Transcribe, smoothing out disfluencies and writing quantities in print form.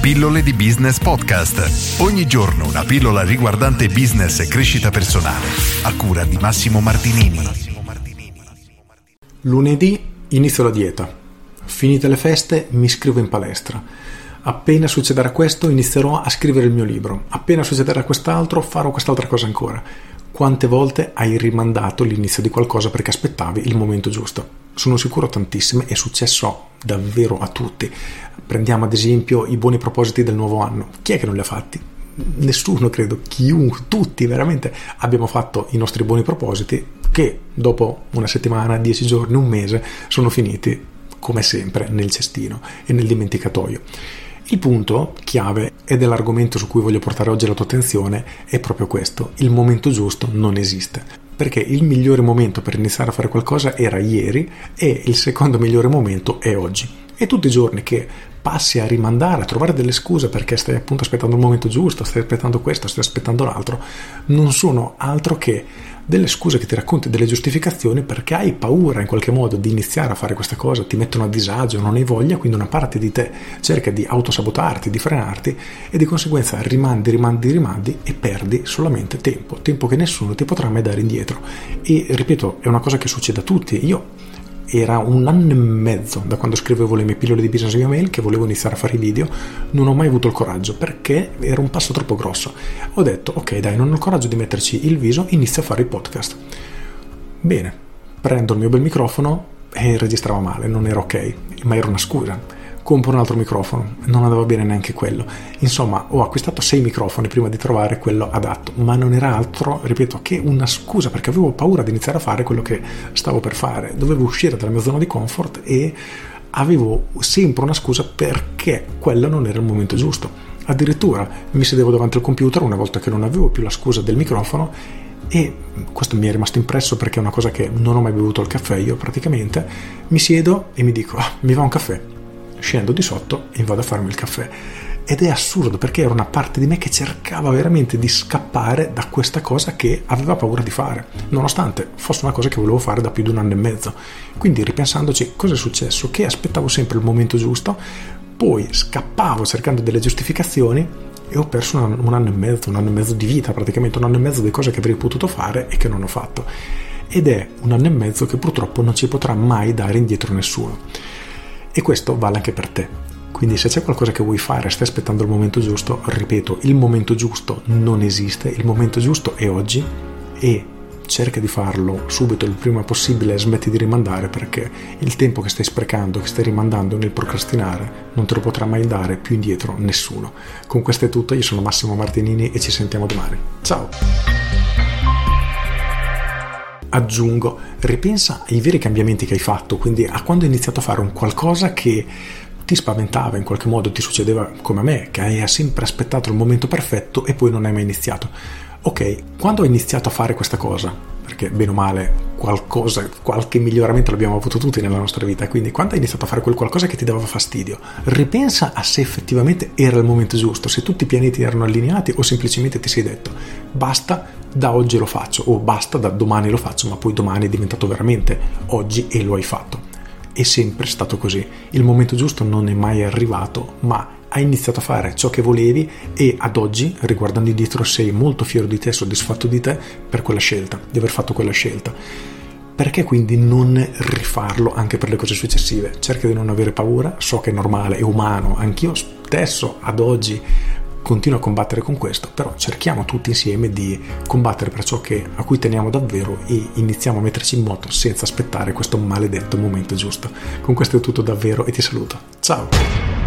Pillole di Business Podcast. Ogni giorno una pillola riguardante business e crescita personale. A cura di Massimo Martinini. Lunedì inizio la dieta. Finite le feste mi iscrivo in palestra. Appena succederà questo inizierò a scrivere il mio libro. Appena succederà quest'altro farò quest'altra cosa ancora. Quante volte hai rimandato l'inizio di qualcosa perché aspettavi il momento giusto? Sono sicuro tantissime, è successo davvero a tutti. Prendiamo ad esempio i buoni propositi del nuovo anno. Chi è che non li ha fatti? Nessuno, credo, chiunque, tutti veramente abbiamo fatto i nostri buoni propositi che dopo una settimana, 10 giorni, un mese sono finiti come sempre nel cestino e nel dimenticatoio. Il punto chiave ed è l'argomento su cui voglio portare oggi la tua attenzione è proprio questo: il momento giusto non esiste, perché il migliore momento per iniziare a fare qualcosa era ieri e il secondo migliore momento è oggi. E tutti i giorni che passi a rimandare, a trovare delle scuse perché stai appunto aspettando il momento giusto, stai aspettando questo, stai aspettando l'altro, non sono altro che delle scuse che ti racconti, delle giustificazioni perché hai paura in qualche modo di iniziare a fare questa cosa, ti mettono a disagio, non hai voglia, quindi una parte di te cerca di autosabotarti, di frenarti e di conseguenza rimandi e perdi solamente tempo che nessuno ti potrà mai dare indietro. E ripeto, è una cosa che succede a tutti. Era un anno e mezzo da quando scrivevo le mie pillole di business via mail che volevo iniziare a fare i video, non ho mai avuto il coraggio perché era un passo troppo grosso. Ho detto ok dai, non ho il coraggio di metterci il viso, inizio a fare i podcast. Bene, prendo il mio bel microfono e registrava male, non era ok, ma era una scusa. Compro un altro microfono, non andava bene neanche quello. Insomma, ho acquistato 6 microfoni prima di trovare quello adatto, ma non era altro, ripeto, che una scusa perché avevo paura di iniziare a fare quello che stavo per fare. Dovevo uscire dalla mia zona di comfort e avevo sempre una scusa perché quello non era il momento giusto. Addirittura mi sedevo davanti al computer una volta che non avevo più la scusa del microfono e questo mi è rimasto impresso perché è una cosa che non ho mai bevuto il caffè io praticamente. Mi siedo e mi dico mi va un caffè. Scendo di sotto e vado a farmi il caffè ed è assurdo perché era una parte di me che cercava veramente di scappare da questa cosa che aveva paura di fare, nonostante fosse una cosa che volevo fare da più di un anno e mezzo. Quindi ripensandoci, cosa è successo? Che aspettavo sempre il momento giusto, poi scappavo cercando delle giustificazioni e ho perso un anno e mezzo di vita, praticamente un anno e mezzo di cose che avrei potuto fare e che non ho fatto, ed è un anno e mezzo che purtroppo non ci potrà mai dare indietro nessuno. E questo vale anche per te. Quindi se c'è qualcosa che vuoi fare, stai aspettando il momento giusto, ripeto, il momento giusto non esiste, il momento giusto è oggi e cerca di farlo subito, il prima possibile, e smetti di rimandare perché il tempo che stai sprecando, che stai rimandando nel procrastinare, non te lo potrà mai dare più indietro nessuno. Con questo è tutto, io sono Massimo Martinini e ci sentiamo domani. Ciao! Aggiungo, ripensa ai veri cambiamenti che hai fatto, quindi a quando hai iniziato a fare un qualcosa che ti spaventava, in qualche modo ti succedeva come a me, che hai sempre aspettato il momento perfetto e poi non hai mai iniziato. Ok, quando hai iniziato a fare questa cosa, perché bene o male qualche miglioramento l'abbiamo avuto tutti nella nostra vita, quindi quando hai iniziato a fare quel qualcosa che ti dava fastidio, ripensa a se effettivamente era il momento giusto, se tutti i pianeti erano allineati o semplicemente ti sei detto basta, da oggi lo faccio, o basta, da domani lo faccio, ma poi domani è diventato veramente oggi e lo hai fatto. È sempre stato così, il momento giusto non è mai arrivato, ma hai iniziato a fare ciò che volevi e ad oggi, riguardando indietro, sei molto fiero di te, soddisfatto di te per quella scelta, di aver fatto quella scelta. Perché quindi non rifarlo anche per le cose successive? Cerca di non avere paura, so che è normale, è umano, anch'io stesso ad oggi continuo a combattere con questo, però cerchiamo tutti insieme di combattere per ciò a cui teniamo davvero e iniziamo a metterci in moto senza aspettare questo maledetto momento giusto. Con questo è tutto davvero e ti saluto. Ciao!